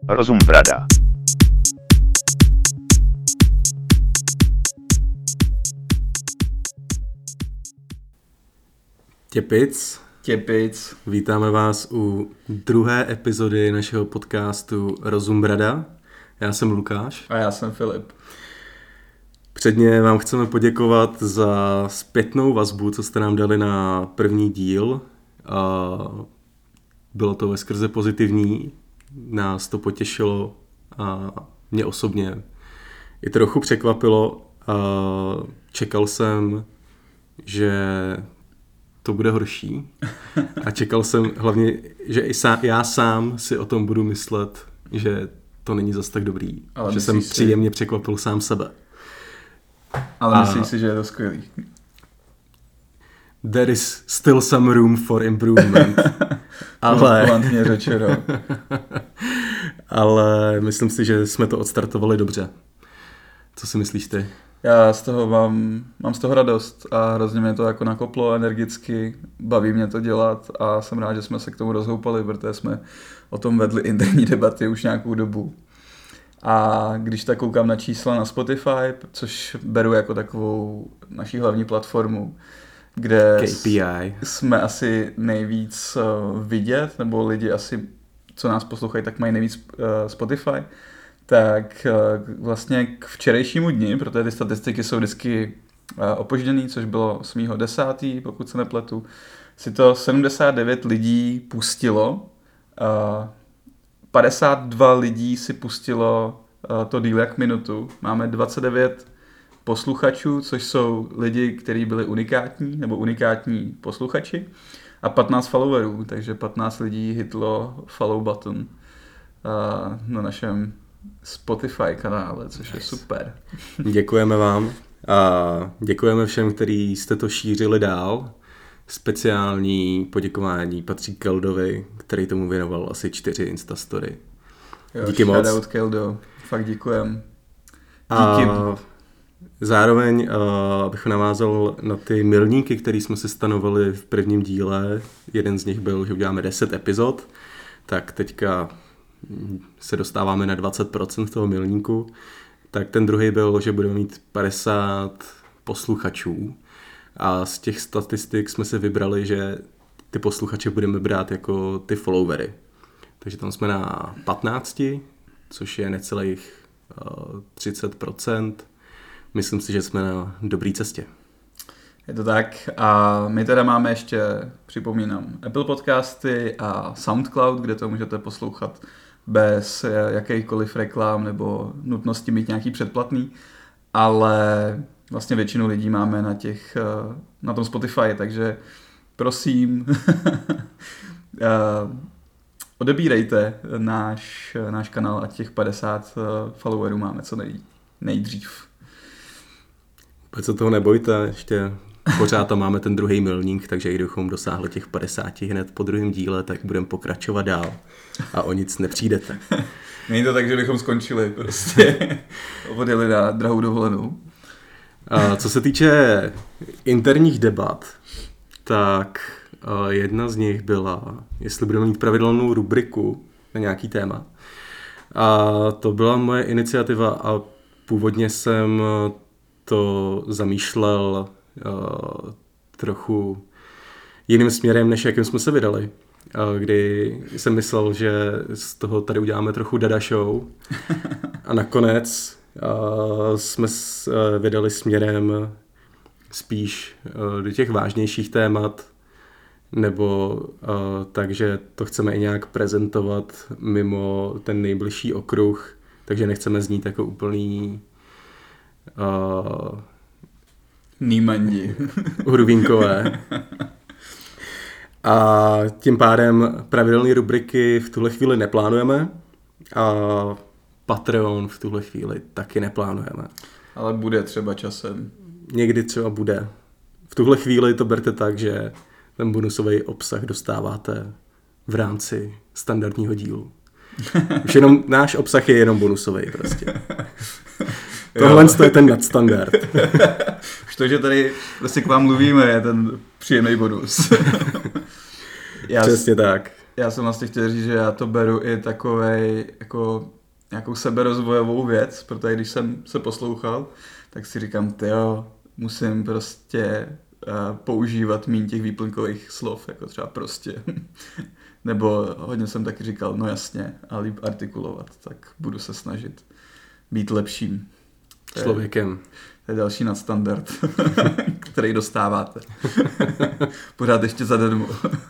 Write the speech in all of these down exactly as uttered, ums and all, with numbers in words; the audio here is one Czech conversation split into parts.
Rozumbrada. Těpic. Těpic. Vítáme vás u druhé epizody našeho podcastu Rozumbrada. Já jsem Lukáš. A já jsem Filip. Předně vám chceme poděkovat za zpětnou vazbu, co jste nám dali na první díl. A bylo to veskrze pozitivní, nás to potěšilo a mě osobně i trochu překvapilo. A čekal jsem, že to bude horší a čekal jsem hlavně, že i sám, já sám si o tom budu myslet, že to není zas tak dobrý, ale že jsem si... příjemně překvapil sám sebe. Ale a... myslíš si, že je to skvělý? There is still some room for improvement. ale... Plantně řečeno. ale myslím si, že jsme to odstartovali dobře. Co si myslíš ty? Já z toho mám, mám z toho radost a hrozně mě to jako nakoplo energicky, baví mě to dělat a jsem rád, že jsme se k tomu rozhoupali, protože jsme o tom vedli interní debaty už nějakou dobu. A když tak koukám na čísla na Spotify, což beru jako takovou naši hlavní platformu, kde K P I. jsme asi nejvíc vidět, nebo lidi asi, co nás poslouchají, tak mají nejvíc Spotify, tak vlastně k včerejšímu dni, protože ty statistiky jsou vždycky opožděný, což bylo osmého desátého pokud se nepletu, si to sedmdesát devět lidí pustilo, padesát dva lidí si pustilo to díl jak minutu, máme dvacet devět posluchačů, což jsou lidi, kteří byli unikátní, nebo unikátní posluchači, a patnáct followerů, takže patnáct lidí hitlo follow button na našem Spotify kanále, což je super. Děkujeme vám a děkujeme všem, kteří jste to šířili dál. Speciální poděkování patří Keldovi, který tomu věnoval asi čtyři Instastory. Jo, díky moc. Shoutout Keldo, fakt děkujem. Díky. A zároveň, abych navázal na ty milníky, které jsme si stanovili v prvním díle, jeden z nich byl, že uděláme deset epizod, tak teďka se dostáváme na dvacet procent toho milníku, tak ten druhý byl, že budeme mít padesát posluchačů a z těch statistik jsme si vybrali, že ty posluchače budeme brát jako ty followery. Takže tam jsme na patnácti, což je necelých třicet procent. Myslím si, že jsme na dobré cestě. Je to tak a my teda máme ještě, připomínám, Apple Podcasty a SoundCloud, kde to můžete poslouchat bez jakýchkoliv reklam nebo nutnosti mít nějaký předplatný, ale vlastně většinu lidí máme na těch, na tom Spotify, takže prosím odebírejte náš, náš kanál a těch padesát followerů máme co nej, nejdřív. Pojď se toho nebojte, ještě pořád tam máme ten druhý milník, takže i kdybychom dosáhli těch padesáti hned po druhém díle, tak budeme pokračovat dál a o nic nepřijdete. Není to tak, že bychom skončili prostě, odjeli na drahou dovolenou. A co se týče interních debat, tak jedna z nich byla, jestli budeme mít pravidelnou rubriku na nějaký téma. A to byla moje iniciativa a původně jsem to zamýšlel uh, trochu jiným směrem, než jakým jsme se vydali. Uh, kdy jsem myslel, že z toho tady uděláme trochu dada show a nakonec uh, jsme s, uh, vydali směrem spíš uh, do těch vážnějších témat, nebo uh, takže to chceme i nějak prezentovat mimo ten nejbližší okruh, takže nechceme znít jako úplný Uh, Nímandi. hruvínkové. A tím pádem pravidelné rubriky v tuhle chvíli neplánujeme a Patreon v tuhle chvíli taky neplánujeme. Ale bude třeba časem. Někdy třeba bude. V tuhle chvíli to berte tak, že ten bonusový obsah dostáváte v rámci standardního dílu. Už jenom náš obsah je jenom bonusový prostě. Tohle je ten nadstandard. Už to, že tady prostě k vám mluvíme, je ten příjemný bonus. Přesně tak. já jsem vlastně chtěl říct, že já to beru i takovej, jako nějakou seberozvojovou věc, protože když jsem se poslouchal, tak si říkám, tyjo, musím prostě uh, používat méně těch výplňkových slov, jako třeba prostě. Nebo hodně jsem taky říkal, no jasně, a líp artikulovat, tak budu se snažit být lepším. To je, Člověkem. To je další nadstandard, který dostáváte. Pořád ještě zadarmo.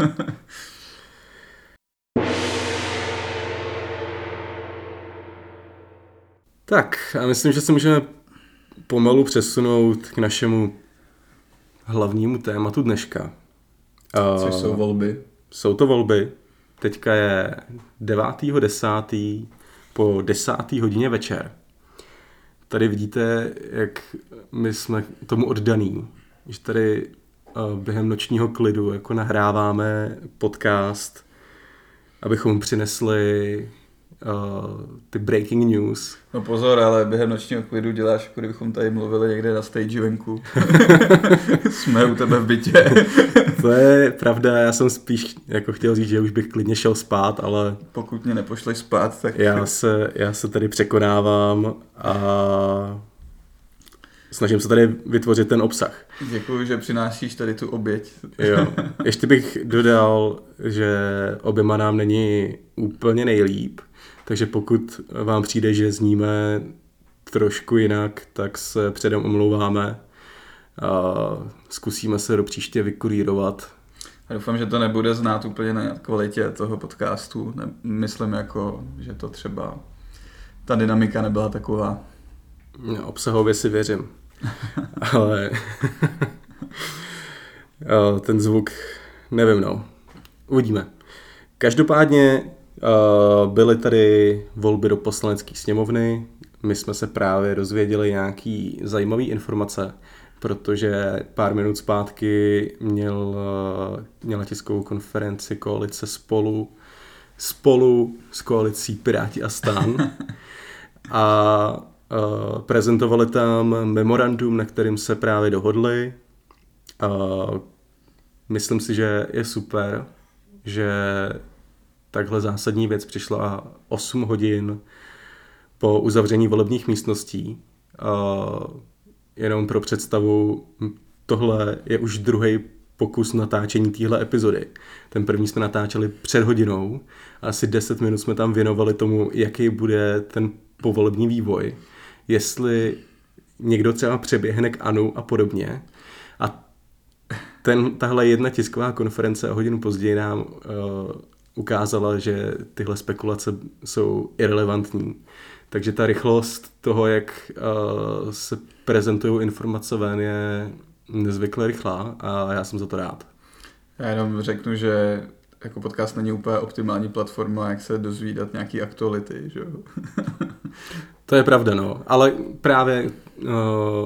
Tak, a myslím, že se můžeme pomalu přesunout k našemu hlavnímu tématu dneška. Což jsou volby. Jsou to volby. Teďka je devátého desátého po desáté hodině večer. Tady vidíte, jak my jsme tomu oddaný. Že tady během nočního klidu jako nahráváme podcast, abychom přinesli uh, ty breaking news. No pozor, ale během nočního klidu děláš, jako kdybychom tady mluvili někde na stage venku. Jsme u tebe v bytě. To je pravda, já jsem spíš jako chtěl říct, že už bych klidně šel spát, ale... Pokud mě nepošleš spát, tak... Já se, já se tady překonávám a snažím se tady vytvořit ten obsah. Děkuji, že přinášíš tady tu oběť. Jo. Ještě bych dodal, že oběma nám není úplně nejlíp, takže pokud vám přijde, že zníme trošku jinak, tak se předem omlouváme a zkusíme se do příště vykurírovat. A doufám, že to nebude znát úplně na kvalitě toho podcastu. Ne, myslím jako, že to třeba ta dynamika nebyla taková. No, obsahově si věřím. Ale ten zvuk, nevím, no. Uvidíme. Každopádně byly tady volby do poslanecké sněmovny. My jsme se právě dozvěděli nějaký zajímavý informace, protože pár minut zpátky měl, měla tiskovou konferenci koalice Spolu, spolu s koalicí Piráti a STAN a uh, prezentovali tam memorandum, na kterým se právě dohodli. Uh, myslím si, že je super, že takhle zásadní věc přišla osm hodin po uzavření volebních místností. Uh, Jenom pro představu, tohle je už druhý pokus natáčení téhle epizody. Ten první jsme natáčeli před hodinou a asi deset minut jsme tam věnovali tomu, jaký bude ten povolební vývoj. Jestli někdo třeba přeběhne k Anu a podobně. A ten, tahle jedna tisková konference o hodinu později nám uh, ukázala, že tyhle spekulace jsou irrelevantní. Takže ta rychlost toho, jak uh, se prezentují informace ven, je nezvykle rychlá a já jsem za to rád. Já jenom řeknu, že jako podcast není úplně optimální platforma, jak se dozvídat nějaký aktuality, že jo? To je pravda, no. Ale právě... Uh,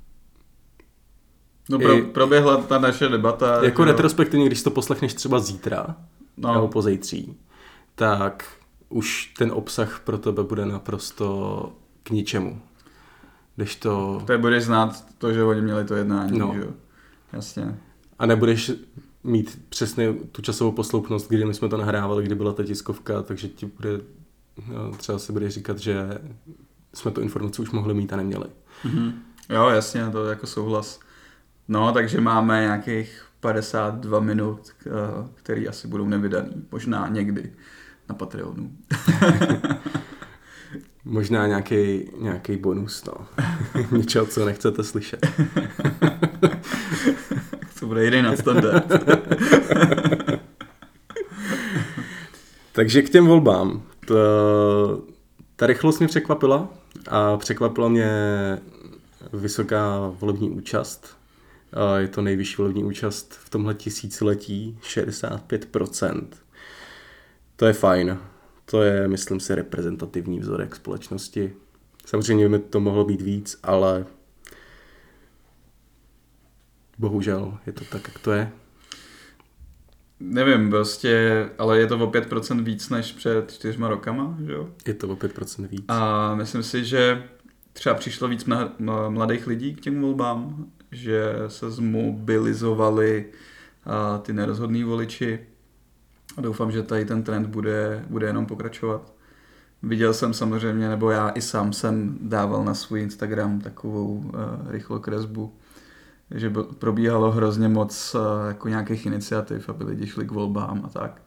no pro, proběhla ta naše debata. Jako retrospektivně, když to poslechneš třeba zítra, no. nebo pozejtří, tak už ten obsah pro tebe bude naprosto k ničemu. Když to... To budeš znát to, že oni měli to jednání, no. že jo? Jasně. A nebudeš mít přesně tu časovou posloupnost, kdy my jsme to nahrávali, kdy byla ta tiskovka, takže ti bude, no, třeba si budeš říkat, že jsme tu informaci už mohli mít a neměli. Mm-hmm. Jo, jasně, to je jako souhlas. No, takže máme nějakých padesát dva minut, který asi budou nevydaný. Možná někdy na Patreonu. Možná nějaký, nějaký bonus, no. Něčeho, co nechcete slyšet. To bude jiný nadstandard. Takže k těm volbám. Ta, ta rychlost mě překvapila a překvapila mě vysoká volební účast. Je to nejvyšší volební účast v tomhle tisíciletí, šedesát pět procent. To je fajn. To je, myslím si, reprezentativní vzorek společnosti. Samozřejmě by to mohlo být víc, ale bohužel je to tak, jak to je. Nevím, prostě, ale je to o pět procent víc než před čtyřma rokama, že jo? Je to o pět procent víc. A myslím si, že třeba přišlo víc mladých lidí k těm volbám, že se zmobilizovali ty nerozhodný voliči A doufám, že tady ten trend bude, bude jenom pokračovat. Viděl jsem samozřejmě, nebo já i sám jsem dával na svůj Instagram takovou uh, rychlokresbu, že probíhalo hrozně moc uh, jako nějakých iniciativ, aby lidi šli k volbám a tak.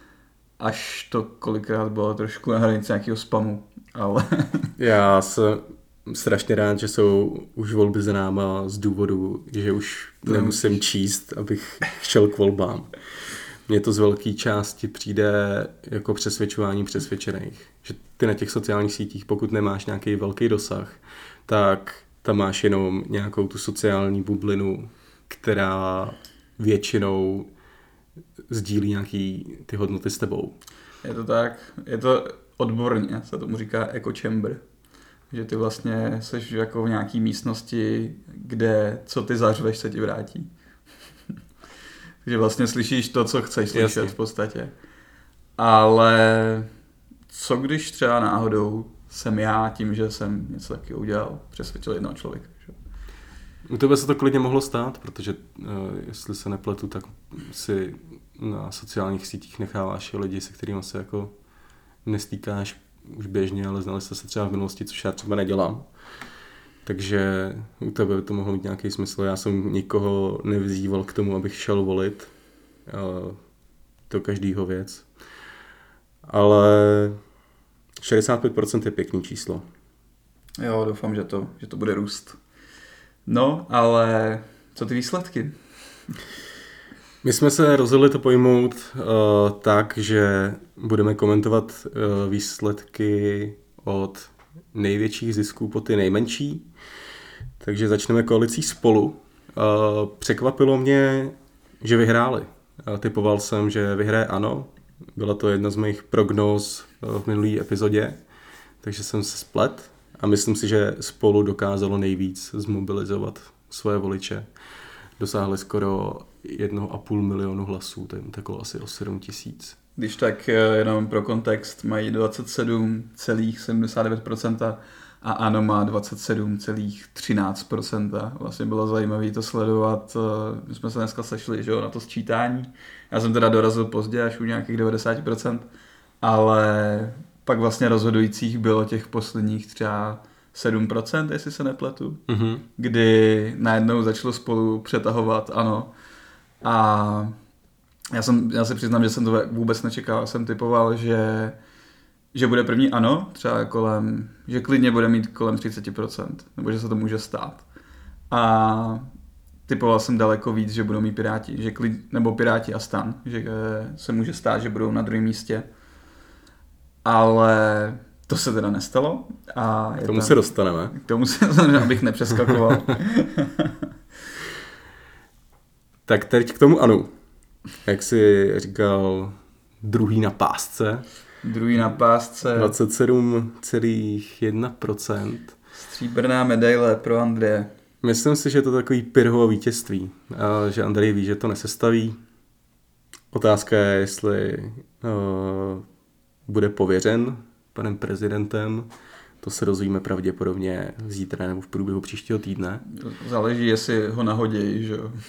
Až to kolikrát bylo trošku na hranici nějakého spamu, ale... Já jsem strašně rád, že jsou už volby za náma z důvodu, že už to nemusím nemusíš. číst, abych šel k volbám. Mně to z velké části přijde jako přesvědčování přesvědčených. Že ty na těch sociálních sítích, pokud nemáš nějaký velký dosah, tak tam máš jenom nějakou tu sociální bublinu, která většinou sdílí nějaký ty hodnoty s tebou. Je to tak, je to odborně, se tomu říká echo chamber. Že ty vlastně seš jako v nějaký místnosti, kde co ty zařveš, se ti vrátí. Takže vlastně slyšíš to, co chceš slyšet. Jasně. V podstatě. Ale co když třeba náhodou jsem já tím, že jsem něco taky udělal, přesvědčil jednoho člověka. Že? U tebe se to klidně mohlo stát, protože uh, jestli se nepletu, tak si na sociálních sítích necháváš lidi, se kterými se jako nestýkáš už běžně, ale znali jste se třeba v minulosti, což já třeba nedělám. Takže u tebe by to mohlo mít nějaký smysl. Já jsem nikoho nevyzýval k tomu, abych šel volit. To každýho věc. Ale šedesát pět procent je pěkný číslo. Jo, doufám, že to, že to bude růst. No, ale co ty výsledky? My jsme se rozhodli to pojmout uh, tak, že budeme komentovat uh, výsledky od největších zisků po ty nejmenší. Takže začneme koalicí Spolu. Uh, překvapilo mě, že vyhráli. Uh, typoval jsem, že vyhraje ANO. Byla to jedna z mých prognóz uh, v minulý epizodě, takže jsem se splet a myslím si, že Spolu dokázalo nejvíc zmobilizovat svoje voliče. Dosáhli skoro jednoho a půl milionu hlasů, to jim takolo asi o sedm tisíc. Když tak jenom pro kontext, mají dvacet sedm celá sedmdesát devět procent a ANO má dvacet sedm celá třináct procent. Vlastně bylo zajímavé to sledovat. My jsme se dneska sešli, že jo, na to sčítání. Já jsem teda dorazil pozdě, až u nějakých devadesát procent, ale pak vlastně rozhodujících bylo těch posledních třeba sedm procent, jestli se nepletu, mm-hmm. kdy najednou začalo Spolu přetahovat ANO. A já, jsem, já se přiznám, že jsem to vůbec nečekal. Já jsem typoval, že, že bude první ANO, třeba kolem, že klidně bude mít kolem třicet procent, nebo že se to může stát. A typoval jsem daleko víc, že budou mít Piráti, že klid, nebo Piráti a STAN, že se může stát, že budou na druhém místě. Ale to se teda nestalo. A k tomu tam, se dostaneme. K tomu se dostaneme, abych nepřeskakoval. Tak teď k tomu ANO. Jak jsi říkal, druhý na pásce. Druhý na pásce. dvacet sedm celá jedna procent. Stříbrná medaile pro Andreje. Myslím si, že je to takový Pirhovo vítězství. A že Andrej ví, že to nesestaví. Otázka je, jestli uh, bude pověřen panem prezidentem. To se dozvíme pravděpodobně zítra nebo v průběhu příštího týdne. Záleží, jestli ho nahodějí, že jo.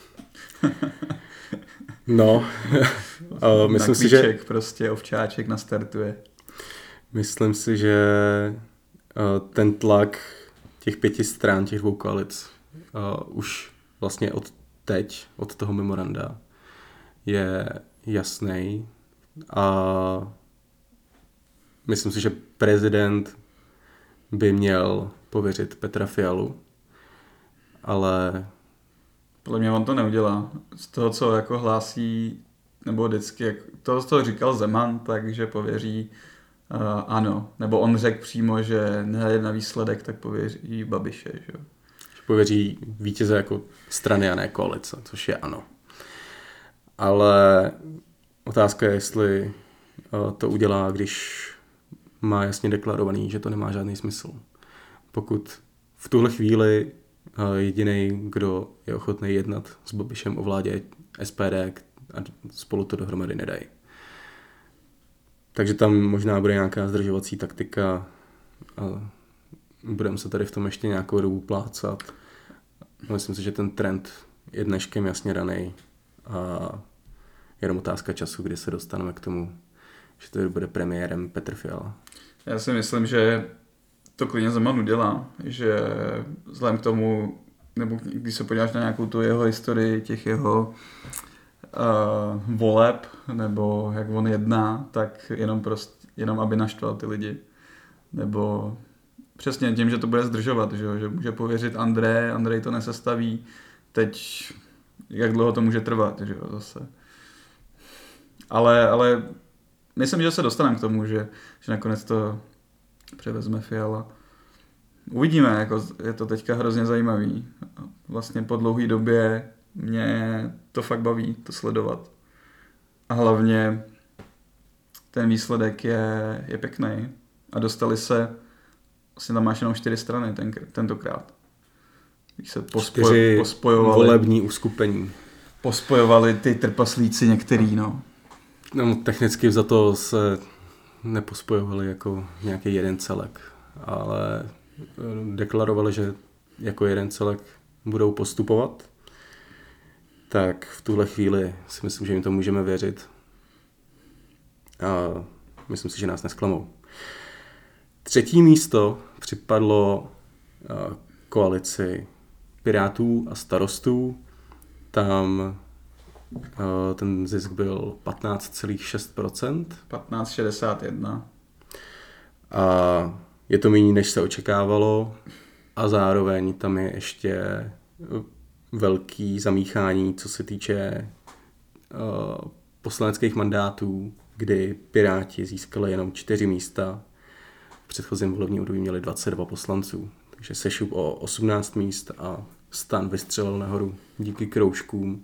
No, uh, myslím si, že prostě ovčáček nastartuje. Myslím si, že uh, ten tlak těch pěti stran, těch dvou koalic, uh, už vlastně od teď, od toho memoranda, je jasný. A myslím si, že prezident by měl pověřit Petra Fialu, ale podle mě on to neudělá. Z toho, co jako hlásí, nebo vždycky, jak to, co říkal Zeman, takže pověří uh, ANO. Nebo on řekl přímo, že nehledě na výsledek, tak pověří Babiše. Že? Pověří vítěze jako strany a ne koalice, což je ANO. Ale otázka je, jestli uh, to udělá, když má jasně deklarovaný, že to nemá žádný smysl. Pokud v tuhle chvíli jediný, kdo je ochotný jednat s Babišem o vládě S P D a Spolu to dohromady nedají. Takže tam možná bude nějaká zdržovací taktika a budeme se tady v tom ještě nějakou dobu plácat. Myslím si, že ten trend je dneškem jasně daný a jenom otázka času, kdy se dostaneme k tomu, že to bude premiérem Petr Fiala. Já si myslím, že to klidně Zeman udělá, že vzhledem k tomu, nebo když se podíváš na nějakou tu jeho historii, těch jeho uh, voleb, nebo jak on jedná, tak jenom prostě, jenom aby naštval ty lidi. Nebo přesně tím, že to bude zdržovat, že, že může pověřit Andrej, Andrej to nesestaví, teď jak dlouho to může trvat, že jo, zase. Ale, ale myslím, že se dostaneme k tomu, že, že nakonec to převezme Fiala. Uvidíme, jako je to teďka hrozně zajímavý. Vlastně po dlouhé době mě to fakt baví, to sledovat. A hlavně ten výsledek je, je pěkný. A dostali se, vlastně tam máš jenom čtyři strany ten, tentokrát. Když se pospoj, pospojovali. Volební uskupení. Pospojovali ty trpaslíci některý, no. No, technicky za to se nepospojovali jako nějaký jeden celek, ale deklarovali, že jako jeden celek budou postupovat. Tak v tuhle chvíli si myslím, že jim to můžeme věřit. A myslím si, že nás nesklamou. Třetí místo připadlo koalici Pirátů a Starostů. Tam ten zisk byl patnáct celá šest procenta. patnáct celá šedesát jedna. A je to méně, než se očekávalo. A zároveň tam je ještě velký zamíchání, co se týče uh, poslaneckých mandátů, kdy Piráti získali jenom čtyři místa. V předchozím volebním období měli dvacet dva poslanců. Takže sešup o osmnáct míst a STAN vystřelil nahoru díky kroužkům.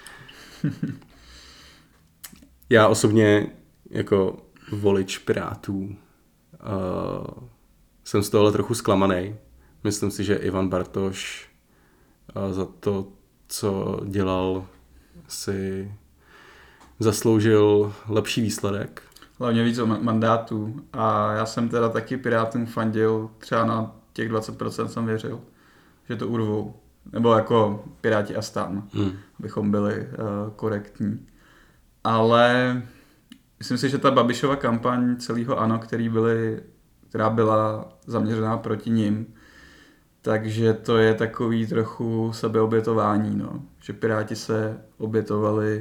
Já osobně jako volič Pirátů uh, jsem z tohohle trochu zklamaný. Myslím si, že Ivan Bartoš uh, za to, co dělal, si zasloužil lepší výsledek. Hlavně víc mandátů. A já jsem teda taky Pirátům fandil, třeba na těch dvacet procent jsem věřil, že to urvou. Nebo jako Piráti a STAN, hmm. abychom byli uh, korektní. Ale myslím si, že ta Babišova kampaň celého ANO, který byly, která byla zaměřená proti nim, takže to je takový trochu sebeobětování, no. Že Piráti se obětovali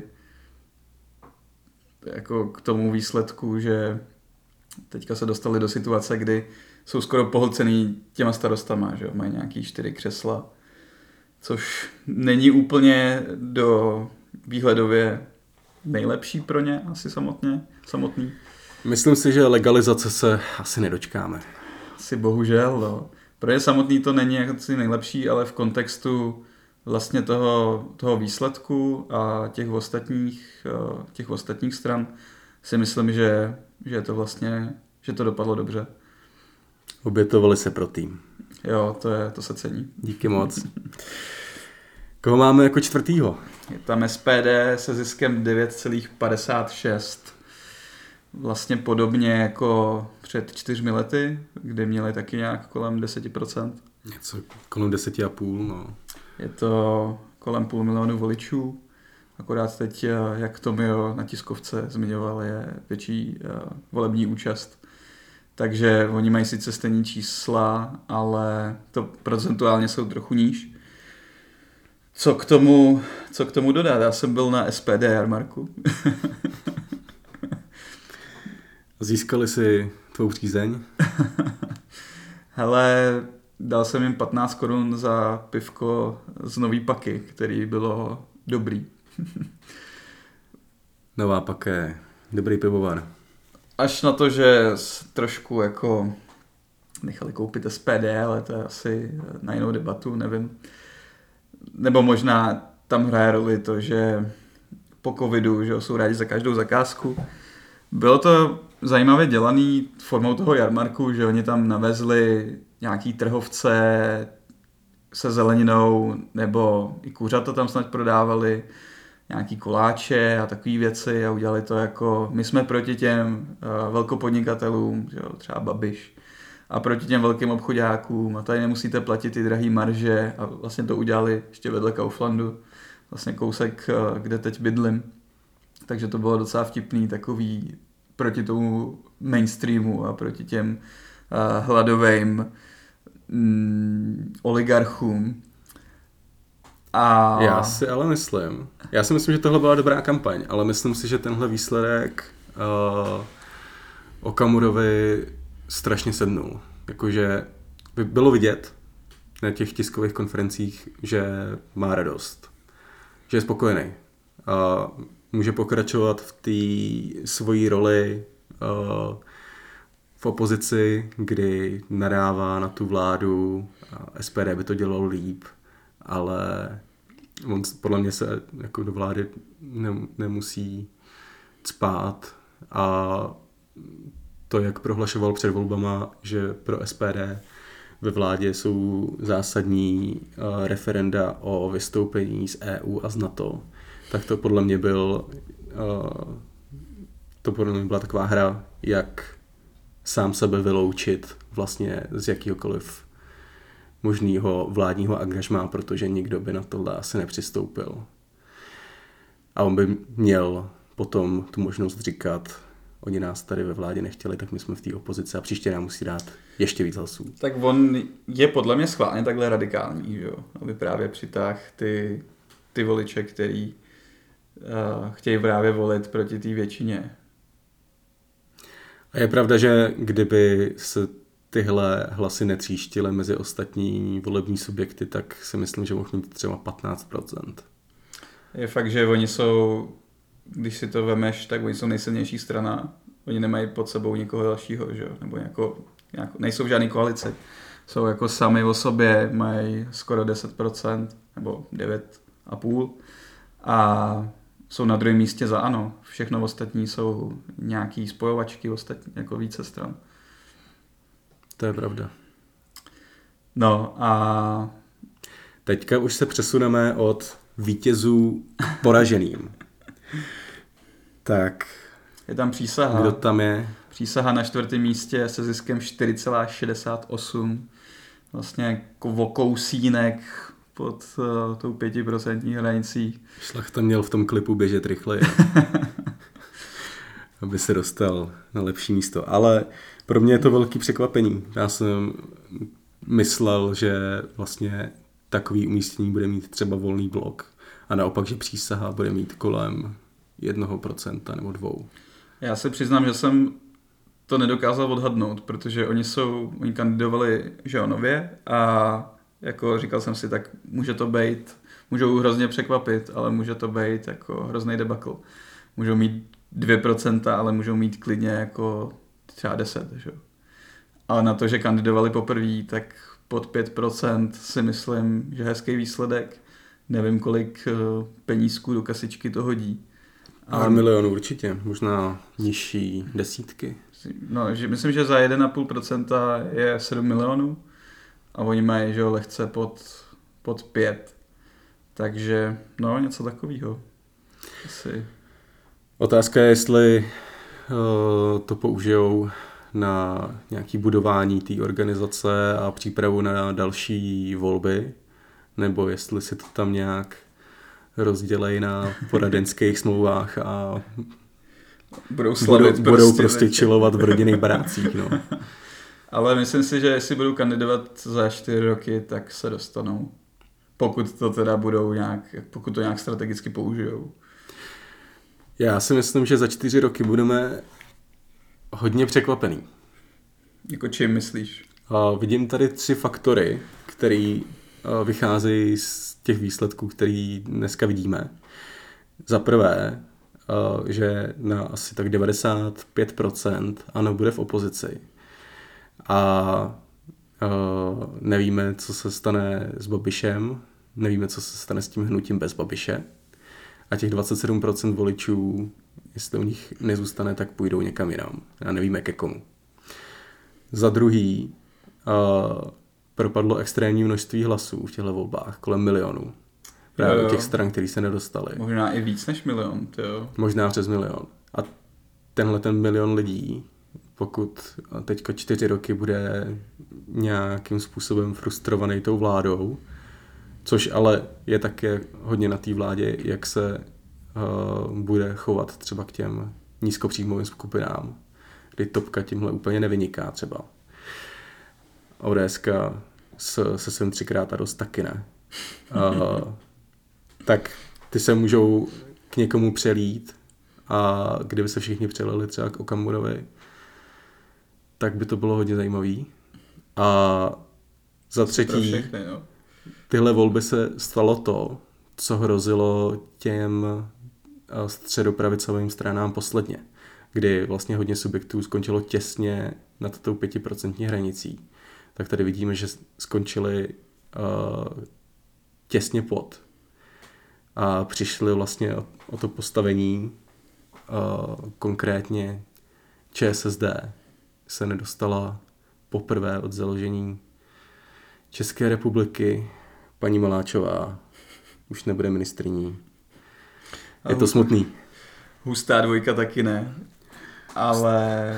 jako k tomu výsledku, že teďka se dostali do situace, kdy jsou skoro pohlcený těma starostama, že mají nějaký čtyři křesla, což není úplně do výhledově nejlepší pro ně asi samotně, samotný. Myslím si, že legalizace se asi nedočkáme. Asi bohužel, no. Pro ně samotný to není asi nejlepší, ale v kontextu vlastně toho, toho výsledku a těch ostatních, těch ostatních stran si myslím, že, že to vlastně, že to dopadlo dobře. Obětovali se pro tým. Jo, to, je, to se cení. Díky moc. Koho máme jako čtvrtýho? Je tam S P D se ziskem devět celá padesát šest. Vlastně podobně jako před čtyřmi lety, kde měli taky nějak kolem deset procent. Něco kolem deset celá pět, no. Je to kolem půl milionu voličů. Akorát teď, jak Tomio na tiskovce zmiňoval, je větší volební účast. Takže oni mají sice stejné čísla, ale to procentuálně jsou trochu níž. Co k tomu, co k tomu dodat? Já jsem byl na S P D jarmarku. Získali si tvou přízeň? Hele, dal jsem jim patnáct korun za pivko z Nový Paky, který bylo dobrý. Nová Paka je dobrý pivovar. Až na to, že trošku jako nechali koupit S P D, ale to je asi na jinou debatu, nevím. Nebo možná tam hraje roli to, že po covidu, že jsou rádi za každou zakázku. Bylo to zajímavě dělaný formou toho jarmarku, že oni tam navezli nějaký trhovce se zeleninou, nebo i kuřata tam snad prodávali, nějaký koláče a takové věci a udělali to jako, my jsme proti těm uh, velkopodnikatelům, že jo, třeba Babiš, a proti těm velkým obchodákům a tady nemusíte platit ty drahý marže a vlastně to udělali ještě vedle Kauflandu, vlastně kousek, uh, kde teď bydlím. takže to bylo docela vtipný, takový proti tomu mainstreamu a proti těm uh, hladovým mm, oligarchům. A... Já si ale myslím, já si myslím, že tohle byla dobrá kampaň, ale myslím si, že tenhle výsledek uh, Okamurovi strašně sednul. Jakože by bylo vidět na těch tiskových konferencích, že má radost, že je spokojený. A může pokračovat v té svojí roli uh, v opozici, kdy nadává na tu vládu, a S P D by to dělalo líp, ale on podle mě se jako do vlády ne, nemusí cpát a to, jak prohlašoval před volbama, že pro S P D ve vládě jsou zásadní uh, referenda o vystoupení z E U a z NATO, tak to podle mě byl uh, to podle mě byla taková hra, jak sám sebe vyloučit vlastně z jakýhokoliv možného vládního angažmá, protože nikdo by na tohle asi nepřistoupil. A on by měl potom tu možnost říkat, oni nás tady ve vládě nechtěli, tak my jsme v té opozici a příště nám musí dát ještě víc hlasů. Tak on je podle mě schválně takhle radikální, že jo? Aby právě přitáhl ty, ty voliče, který uh, chtějí právě volit proti té většině. A je pravda, že kdyby se tyhle hlasy netříštily mezi ostatní volební subjekty, tak si myslím, že mohl mít třeba patnáct procent. Je fakt, že oni jsou, když si to vemeš, tak oni jsou nejsilnější strana. Oni nemají pod sebou nikoho dalšího, že jo? Nebo nějako, nějako, nejsou v žádný koalici. Jsou jako sami o sobě, mají skoro deset procent, nebo devět a půl. A jsou na druhém místě za ANO. Všechno ostatní jsou nějaký spojovačky, ostatní, jako více stran. To je pravda. No a... Teďka už se přesuneme od vítězů k poraženým. Tak... Je tam přísaha. Kdo tam je? Přísaha na čtvrtém místě se ziskem čtyři celá šedesát osm. Vlastně jako vokousínek pod uh, tou pětiprocentní hranicí. Šlachta měl v tom klipu běžet rychleji, aby se dostal na lepší místo. Ale pro mě je to velký překvapení. Já jsem myslel, že vlastně takový umístění bude mít třeba Volný blok a naopak, že přísaha bude mít kolem jednoho procenta nebo dvou. Já se přiznám, že jsem to nedokázal odhadnout, protože oni jsou, oni kandidovali, že jo, nově a jako říkal jsem si, tak může to být, můžou hrozně překvapit, ale může to být jako hrozný debakl. Můžou mít dvě procenta, ale můžou mít klidně jako třeba deset, že jo. Ale na to, že kandidovali poprvé, tak pod pět procent si myslím, že hezký výsledek. Nevím, kolik penízků do kasičky to hodí. Pár milionů určitě, možná nižší desítky. No, že myslím, že za jedna celá pět procenta je sedm milionů a oni mají, že jo, lehce pod, pod pět. Takže, no, něco takového. Asi. Otázka je, jestli uh, to použijou na nějaké budování té organizace a přípravu na další volby, nebo jestli si to tam nějak rozdělej na poradenských smlouvách a budou, slavit budou, budou prostě, prostě chillovat v rodinných barácích. No. Ale myslím si, že jestli budou kandidovat za čtyři roky, tak se dostanou. Pokud to teda budou nějak, pokud to nějak strategicky použijou. Já si myslím, že za čtyři roky budeme hodně překvapený. Jako čím myslíš? Uh, vidím tady tři faktory, které uh, vycházejí z těch výsledků, který dneska vidíme. Za prvé, uh, že na asi tak devadesát pět procent ANO bude v opozici. A uh, nevíme, co se stane s Babišem, nevíme, co se stane s tím hnutím bez Babiše. A těch dvacet sedm procent voličů, jestli u nich nezůstane, tak půjdou někam jinam. A nevíme ke komu. Za druhý, uh, propadlo extrémní množství hlasů v těchto volbách, kolem milionů. Právě jo, jo. těch stran, který se nedostali. Možná i víc než milion, jo. Možná přes milion. A tenhle ten milion lidí, pokud teďka čtyři roky bude nějakým způsobem frustrovaný tou vládou, což ale je také hodně na té vládě, jak se uh, bude chovat třeba k těm nízkopříjmovým skupinám, kdy Topka tímhle úplně nevyniká třeba. ODSka s, se svým třikrát a dost taky ne. Uh, tak ty se můžou k někomu přelít a kdyby se všichni přelili třeba k Okamurovi, tak by to bylo hodně zajímavý. A za třetí, všechny, no. Tyhle volby se stalo to, co hrozilo těm středopravicovým stranám posledně, kdy vlastně hodně subjektů skončilo těsně nad tou pětiprocentní hranicí. Tak tady vidíme, že skončili uh, těsně pod. A přišli vlastně o, o to postavení, uh, konkrétně ČSSD se nedostala poprvé od založení České republiky. Paní Maláčová už nebude ministryní. Je to smutný. Hustá dvojka taky ne. Ale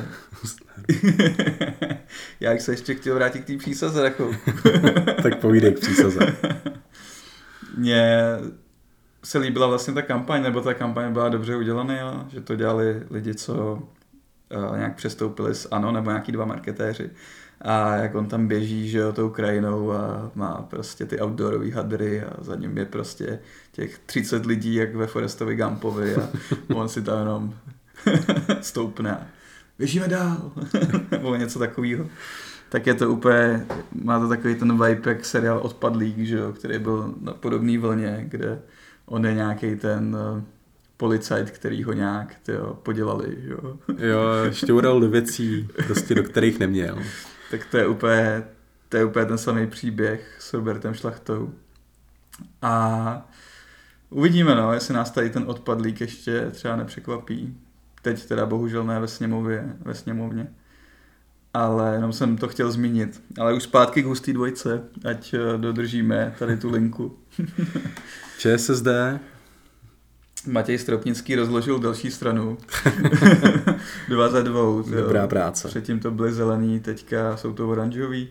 já bych se ještě chtěl vrátit k té přísaze. Jako. Tak povídej k přísaze. Mně se líbila vlastně ta kampaň, nebo ta kampaň byla dobře udělaná, že to dělali lidi, co uh, nějak přestoupili z ANO, nebo nějaký dva marketéři. A jak on tam běží, že jo, tou krajinou a má prostě ty outdoorový hadry a za ním je prostě těch třicet lidí, jak ve Forrestovi Gumpovi a on si tam jenom stoupne. Běžíme dál. Nebo něco takového. Tak je to úplně, má to takový ten vibe jak seriál Odpadlík, že jo, který byl na podobné vlně, kde on je nějaký ten uh, policajt, který ho nějak tyjo, podělali, že jo. Jo, šťoural do věcí, prostě do kterých neměl. Tak to je úplně, to je úplně ten samý příběh s Robertem Šlachtou. A uvidíme, no, jestli nás tady ten Odpadlík ještě třeba nepřekvapí. Teď teda bohužel ne ve sněmově, ve sněmovně. Ale jenom jsem to chtěl zmínit. Ale už zpátky k hustý dvojce, ať dodržíme tady tu linku. ČSSD. Matěj Stropnický rozložil další stranu. Dva za dvou. Dobrá jo. Práce. Předtím to byly zelený, teďka jsou to oranžový.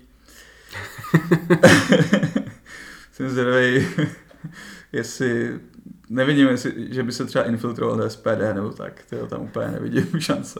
Jsem zvědavej, jestli... Nevidím, jestli, že by se třeba infiltroval do S P D nebo tak. Tyjo, tam úplně nevidím šance.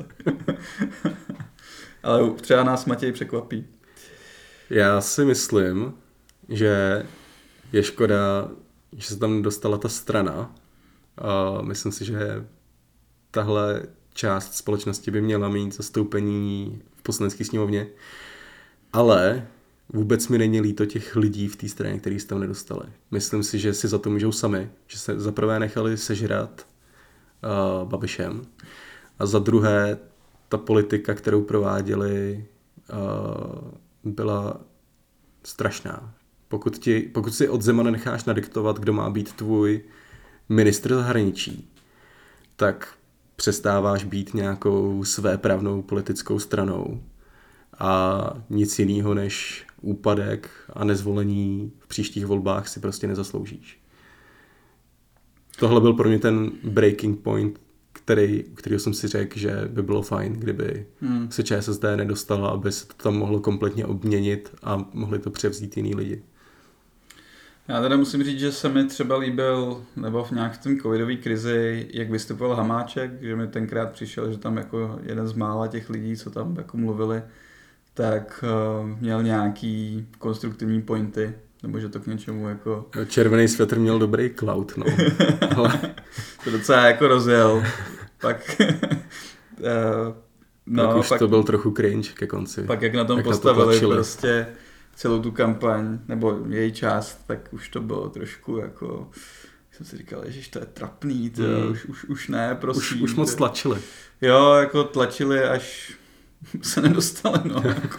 Ale třeba nás Matěj překvapí. Já si myslím, že je škoda, že se tam dostala ta strana. A myslím si, že tahle část společnosti by měla mít zastoupení v poslanecké sněmovně. Ale vůbec mi není líto těch lidí v té straně, kteří se tam nedostali. Myslím si, že si za to můžou sami. Že se za prvé nechali sežrat uh, Babišem. A za druhé ta politika, kterou prováděli, uh, byla strašná. Pokud, ti, pokud si od Zemana necháš nadiktovat, kdo má být tvůj ministr zahraničí, tak přestáváš být nějakou svéprávnou politickou stranou a nic jiného než úpadek a nezvolení v příštích volbách si prostě nezasloužíš. Tohle byl pro mě ten breaking point, který, kterýho jsem si řekl, že by bylo fajn, kdyby hmm. se ČSSD nedostala, aby se to tam mohlo kompletně obměnit a mohli to převzít jiný lidi. Já teda musím říct, že se mi třeba líbil, nebo v nějak v tom covidové krizi, jak vystupoval Hamáček, že mi tenkrát přišel, že tam jako jeden z mála těch lidí, co tam jako mluvili, tak uh, měl nějaký konstruktivní pointy, nebo že to k něčemu jako... Červený svetr měl dobrý cloud, no. Ale... to docela jako rozjel. Pak... uh, no, pak už pak, to byl trochu cringe ke konci. Pak jak na tom jak postavili na to prostě celou tu kampaň, nebo její část, tak už to bylo trošku jako... Jsem si říkal, ježiš, to je trapný, to, mm. už, už, už ne, prosím. Už, už moc tlačili. Jo, jako tlačili, až se nedostali, no. Jako.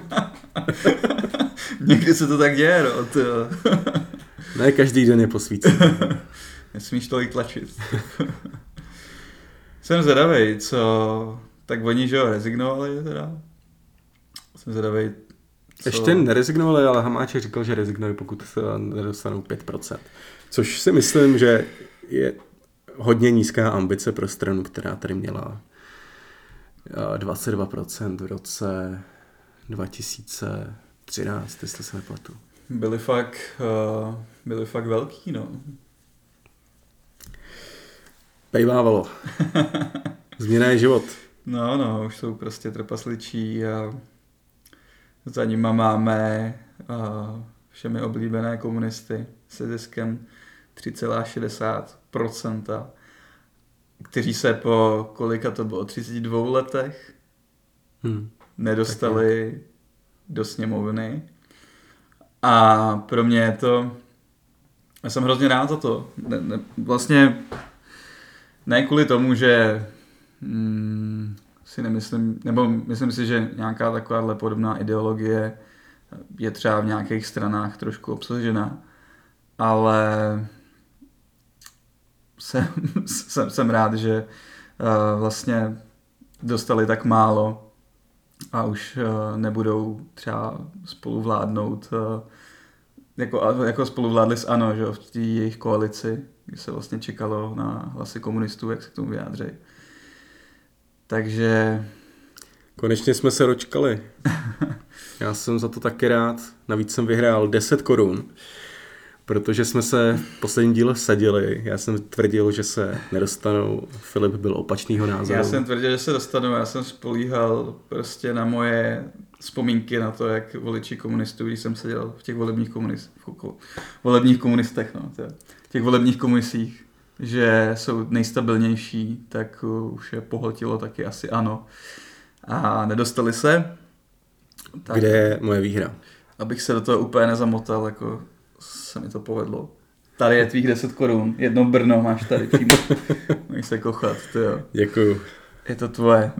Někdy se to tak děje, no. To... Ne, každý den je posvícený. Nesmíš tolik tlačit. Jsem zvědavej, co... Tak oni, že jo, rezignovali teda. Jsem zvědavej, co... Ještě nerezignovali, ale Hamáček říkal, že rezignují, pokud se nedostanou pět procent. Což si myslím, že je hodně nízká ambice pro stranu, která tady měla dvacet dva procent v roce dva tisíce třináct, jestli se nepletu. Byli fakt, uh, byli fakt velký, no. Pejvávalo. Změna je život. No, no, už jsou prostě trpasličí a za nima máme uh, všemi oblíbené komunisty se ziskem tři celá šedesát procenta, kteří se po kolika to bylo, třiceti dvou letech hmm. nedostali do sněmovny. A pro mě je to, já jsem hrozně rád za to. Ne, ne, vlastně ne kvůli tomu, že mm, si nemyslím, nebo myslím si, že nějaká takováhle podobná ideologie je třeba v nějakých stranách trošku obsažená, ale jsem, jsem, jsem rád, že uh, vlastně dostali tak málo a už uh, nebudou třeba spoluvládnout, uh, jako, jako spoluvládli s ANO, že, v té jejich koalici, kdy se vlastně čekalo na hlasy komunistů, jak se k tomu vyjádří. Takže... Konečně jsme se dočkali. Já jsem za to taky rád. Navíc jsem vyhrál deset korun, protože jsme se v posledním díle vsadili. Já jsem tvrdil, že se nedostanou. Filip byl opačnýho názoru. Já jsem tvrdil, že se dostanou. Já jsem spolíhal prostě na moje vzpomínky na to, jak voliči komunistů, když jsem seděl v těch volebních, komunist, v volebních komunistech, no, v těch volebních komisích, že jsou nejstabilnější, tak už je pohltilo taky asi ANO. A nedostali se. Tak, kde je moje výhra? Abych se do toho úplně nezamotal, jako se mi to povedlo. Tady je tvých deset korun, jedno Brno máš tady přímo. Můžeš se kochat, tyjo. Děkuju. Je to tvoje.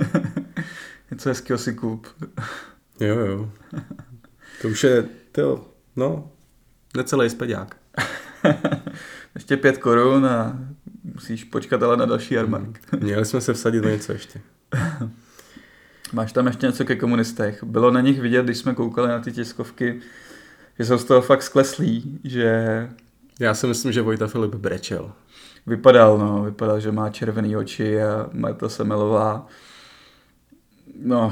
Něco hezkého si kup. Jo, jo. To už je, tyjo, no, necelý speďák. Ještě pět korun a musíš počkat ale na další jarmark. Měli jsme se vsadit na něco ještě. Máš tam ještě něco ke komunistech. Bylo na nich vidět, když jsme koukali na ty tiskovky, že jsou z toho fakt skleslí, že... Já si myslím, že Vojta Filip brečel. Vypadal, no, vypadal, že má červený oči a Marta Semelová. No,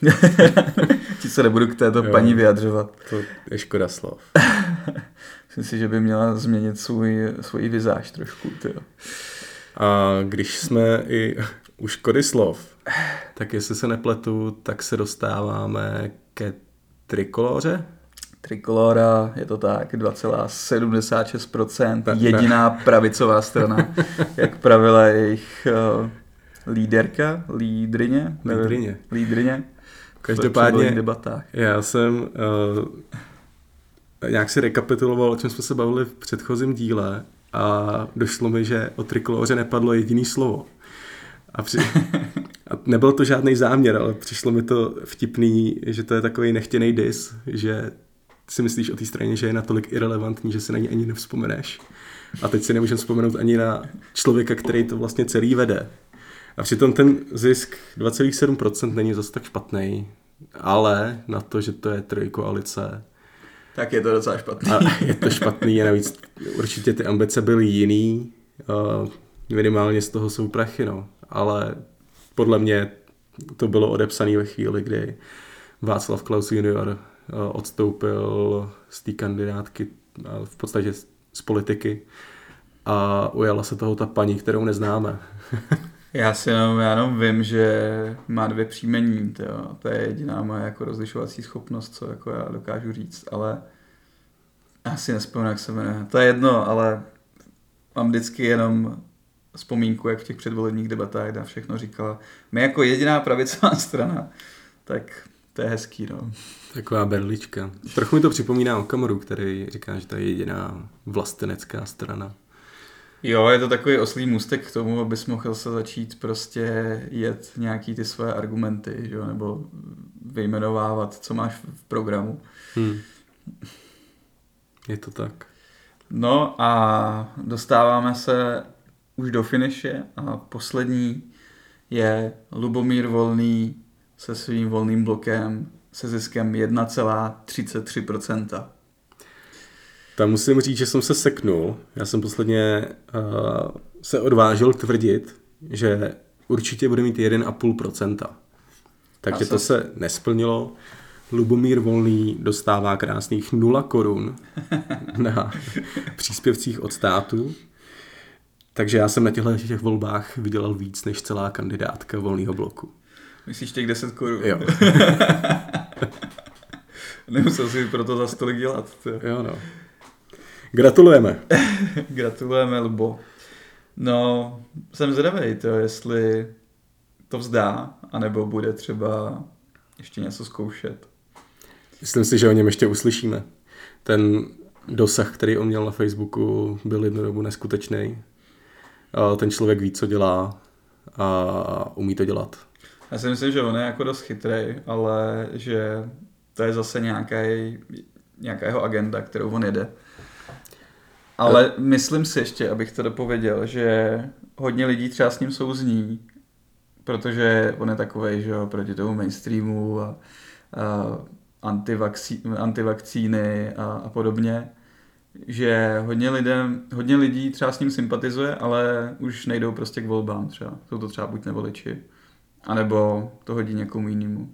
ti se nebudu k této jo, paní vyjadřovat. To je škoda slov. Myslím si, že by měla změnit svůj, svůj vizáž trošku, tyjo. A když jsme i u škody slov, tak jestli se nepletu, tak se dostáváme ke Trikoloře. Trikolora, je to tak, dva celá sedmdesát šest procent, jediná pravicová strana, jak pravila jejich uh, líderka, lídrině, lídrině. lídrině. Každopádně já jsem uh, nějak si rekapituloval, o čem jsme se bavili v předchozím díle a došlo mi, že o Trikoloře nepadlo jediný slovo. A, při... a nebyl to žádný záměr, ale přišlo mi to vtipný, že to je takový nechtěný dis, že si myslíš o té straně, že je natolik irelevantní, že si na ní ani nevzpomeneš. A teď si nemůžem vzpomenout ani na člověka, který to vlastně celý vede. A přitom ten zisk dva celá sedm procenta není zase tak špatný, ale na to, že to je trojkoalice, tak je to docela špatný. A je to špatný a navíc určitě ty ambice byly jiný, uh, minimálně z toho jsou prachy, no. Ale podle mě to bylo odepsané ve chvíli, kdy Václav Klaus junior uh, odstoupil z té kandidátky uh, v podstatě z politiky a ujala se toho ta paní, kterou neznáme. Já si jenom, já jenom vím, že má dvě příjmení, tyjo. To je jediná moje jako rozlišovací schopnost, co jako já dokážu říct, ale já si nespomínám, jak se jmenuje. To je jedno, ale mám vždycky jenom vzpomínku, jak v těch předvolebních debatách na všechno říkala. My jako jediná pravicová strana, tak to je hezký, no. Taková berlička. Trochu mi to připomíná Okamuru, který říká, že to je jediná vlastenecká strana. Jo, je to takový oslý můstek k tomu, abys mohl se začít prostě jet nějaký ty své argumenty, že? Nebo vyjmenovávat, co máš v programu. Hmm. Je to tak. No a dostáváme se už do finiše a poslední je Lubomír Volný se svým volným blokem se ziskem jedna celá třicet tři procenta. Tam musím říct, že jsem se seknul. Já jsem posledně uh, se odvážil tvrdit, že určitě bude mít jedna celá pět procenta. Takže to se nesplnilo. Lubomír Volný dostává krásných nula korun na příspěvcích od státu. Takže já jsem na těchto těch volbách vydělal víc než celá kandidátka Volného bloku. Myslíš těch deset korun? Jo. Nemusel si proto za stolik dělat. To. Jo, no. Gratulujeme. Gratulujeme, Lubo. No, jsem zvědavej, to, jestli to vzdá, anebo bude třeba ještě něco zkoušet. Myslím si, že o něm ještě uslyšíme. Ten dosah, který on měl na Facebooku, byl jednu dobu neskutečný. Ten člověk ví, co dělá a umí to dělat. Já si myslím, že on je jako dost chytrej, ale že to je zase nějaký, nějaká jeho agenda, kterou on jede. Ale no. Myslím si ještě, abych to dopověděl, že hodně lidí třeba s ním souzní, protože on je takovej, že jo, proti tomu mainstreamu a, a antivakcí, antivakcíny a, a podobně, že hodně, lidem, hodně lidí třeba s ním sympatizuje, ale už nejdou prostě k volbám třeba. Jsou to třeba buď nevoliči, anebo to hodí někomu jinému.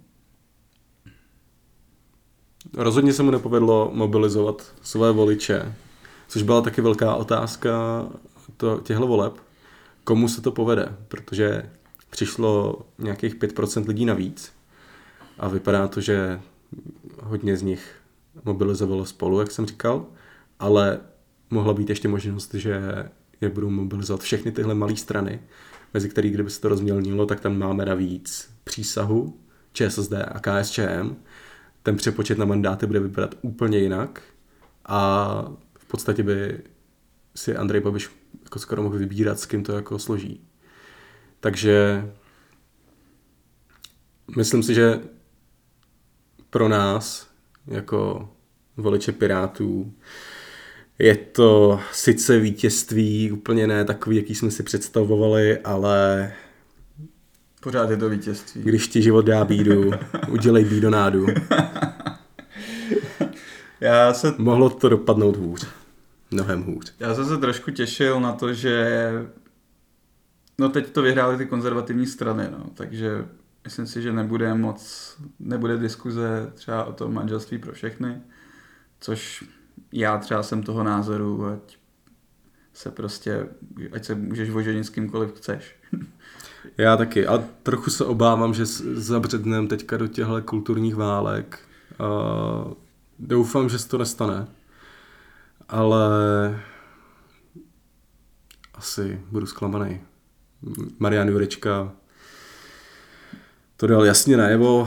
Rozhodně se mu nepovedlo mobilizovat své voliče, což byla taky velká otázka to, těchto voleb. Komu se to povede? Protože přišlo nějakých pět procent lidí navíc a vypadá to, že hodně z nich mobilizovalo Spolu, jak jsem říkal, ale mohla být ještě možnost, že je budou mobilizovat všechny tyhle malé strany, mezi který, kdyby se to rozmělnilo, tak tam máme navíc Přísahu, ČSSD a KSČM. Ten přepočet na mandáty bude vypadat úplně jinak a v podstatě by si Andrej Babiš jako skoro mohl vybírat, s kým to jako složí. Takže myslím si, že pro nás, jako voliče Pirátů, je to sice vítězství, úplně ne takový, jaký jsme si představovali, ale pořád je to vítězství. Když ti život dá bídu, udělej bídonádu. Já se... Mohlo to dopadnout hůř. Mnohem hůř. Já jsem se trošku těšil na to, že no teď to vyhrály ty konzervativní strany, no, takže myslím si, že nebude moc, nebude diskuze třeba o tom manželství pro všechny, což já třeba jsem toho názoru, ať se prostě, ať se můžeš oženit s kýmkoliv chceš. Já taky. A trochu se obávám, že zabředneme teďka do těchto kulturních válek. A doufám, že se to nestane. Ale asi budu zklamaný. Marian Jurečka to dal jasně najevo.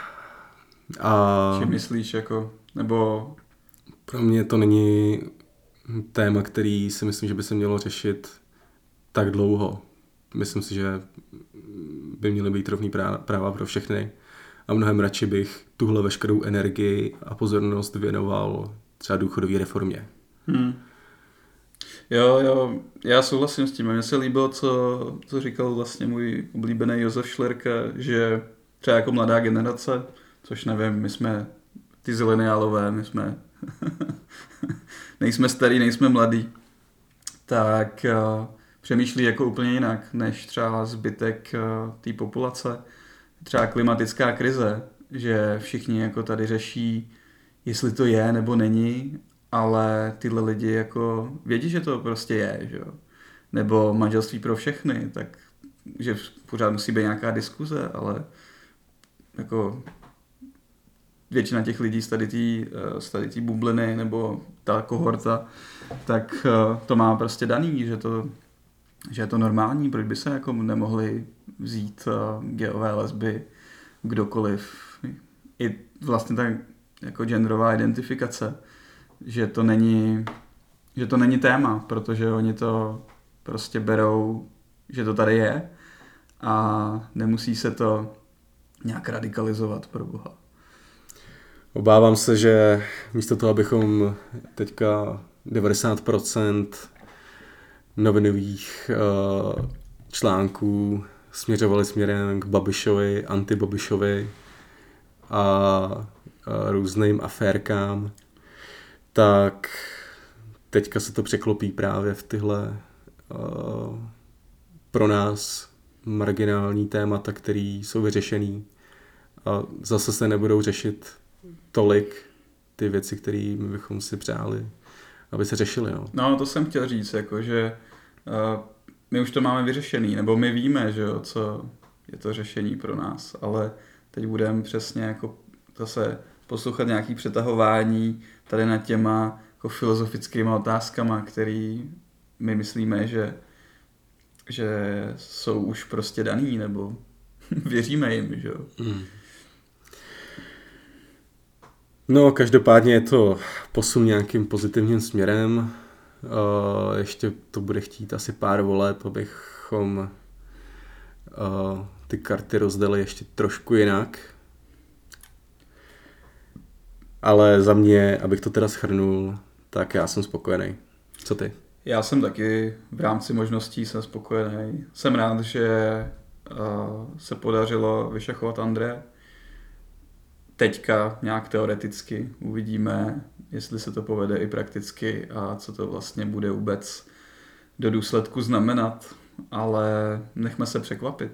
A čím myslíš, jako, nebo... Pro mě to není téma, který si myslím, že by se mělo řešit tak dlouho. Myslím si, že by měly být rovný práva pro všechny a mnohem radši bych tuhle veškerou energii a pozornost věnoval třeba důchodové reformě. Hmm. Jo, jo, já souhlasím s tím. Mně se líbilo, co, co říkal vlastně můj oblíbený Josef Šlerka, že třeba jako mladá generace, což nevím, my jsme ty zileniálové, my jsme nejsme starý, nejsme mladý, tak uh, přemýšlí jako úplně jinak, než třeba zbytek uh, té populace. Třeba klimatická krize, že všichni jako tady řeší, jestli to je nebo není, ale tyhle lidi jako vědí, že to prostě je, že jo. Nebo manželství pro všechny, tak že pořád musí být nějaká diskuze, ale jako většina těch lidí z tady tý, z tady tý bubliny nebo ta kohorta, tak to má prostě daný, že, to, že je to normální, proč by se jako nemohli vzít geové, lesby, kdokoliv. I vlastně tak jako genderová identifikace, že to není, že to není téma, protože oni to prostě berou, že to tady je a nemusí se to nějak radikalizovat, pro boha. Obávám se, že místo toho, abychom teďka devadesát procent novinových uh, článků směřovali směrem k Babišovi, anti-Babišovi a, a různým aférkám, tak teďka se to překlopí právě v tyhle uh, pro nás marginální témata, které jsou vyřešený a zase se nebudou řešit tolik ty věci, které my bychom si přáli, aby se řešily. No, no to jsem chtěl říct, jako, že uh, my už to máme vyřešený, nebo my víme, že jo, co je to řešení pro nás, ale teď budeme přesně jako zase poslouchat nějaký přetahování tady nad těma jako filozofickýma otázkama, který my myslíme, že, že jsou už prostě daný, nebo věříme jim, že jo. Hmm. No, každopádně je to posun nějakým pozitivním směrem. Uh, ještě to bude chtít asi pár voleb, abychom uh, ty karty rozdali ještě trošku jinak. Ale za mě, abych to teda shrnul, tak já jsem spokojený. Co ty? Já jsem taky v rámci možností jsem spokojený. Jsem rád, že uh, se podařilo vyšachovat Andreje. Teďka nějak teoreticky uvidíme, jestli se to povede i prakticky a co to vlastně bude vůbec do důsledku znamenat, ale nechme se překvapit.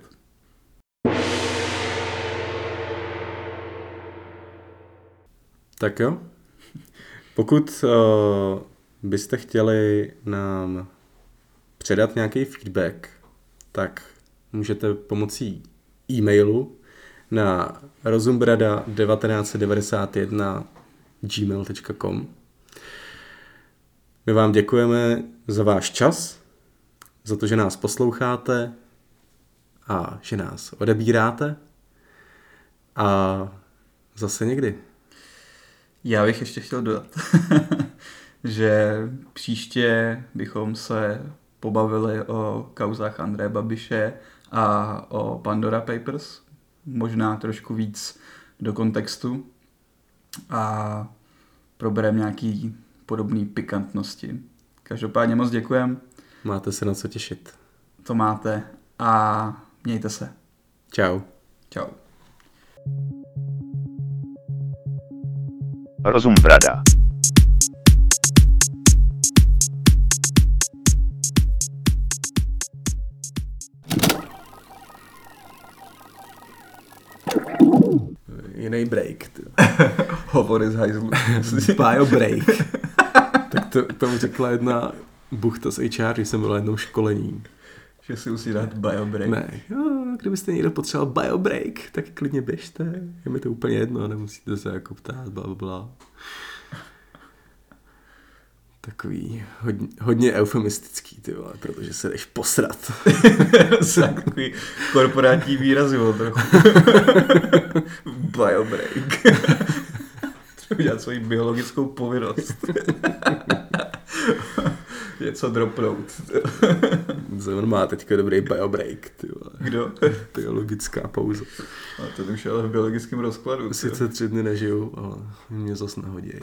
Tak jo. Pokud uh, byste chtěli nám předat nějaký feedback, tak můžete pomocí e-mailu na rozumbrada devatenáct devadesát jedna gmail tečka com. My vám děkujeme za váš čas, za to, že nás posloucháte a že nás odebíráte a zase někdy. Já bych ještě chtěl dodat, že příště bychom se pobavili o kauzách Andreje Babiše a o Pandora Papers, možná trošku víc do kontextu a probereme nějaký podobný pikantnosti. Každopádně moc děkujem. Máte se na co těšit. To máte a mějte se. Čau. Čau. Rozumbrada. Jiný break. Hovory z hajzlu. Bio break. Tak to, to mi řekla jedna buchta z H R, že jsem byl na jednom školení. Že si musí dát bio break. Ne, jo, kdybyste někdo potřeboval bio break, tak klidně běžte. Je mi to úplně jedno, nemusíte se jako ptát, blablabla. Takový hodně, hodně eufemistický, ty vole, protože se jdeš posrat. Takový korporátní výrazy, trochu. Bio break. Třeba udělat svoji biologickou povinnost. Něco dropnout. Zeman má teďka dobrý bio break, ty vole. Kdo? Biologická pauza. A to už je ale v biologickém rozkladu. Sice tři dny nežiju, ale mě zas nehodí.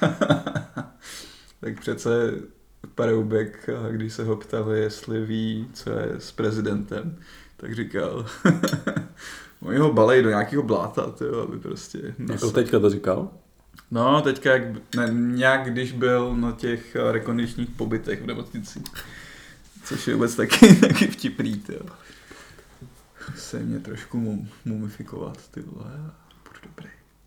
Tak přece Paroubek, když se ho ptali, jestli ví, co je s prezidentem, tak říkal, oni ho balej do nějakého bláta, tyjo, aby prostě... Jako teďka to říkal? No, teďka jak, ne, nějak když byl na těch rekondičních pobytech v nemocnici, což je vůbec taky, taky vtipný, tyjo. Se mě trošku mum, mumifikovat, ty vole, budu dobrý.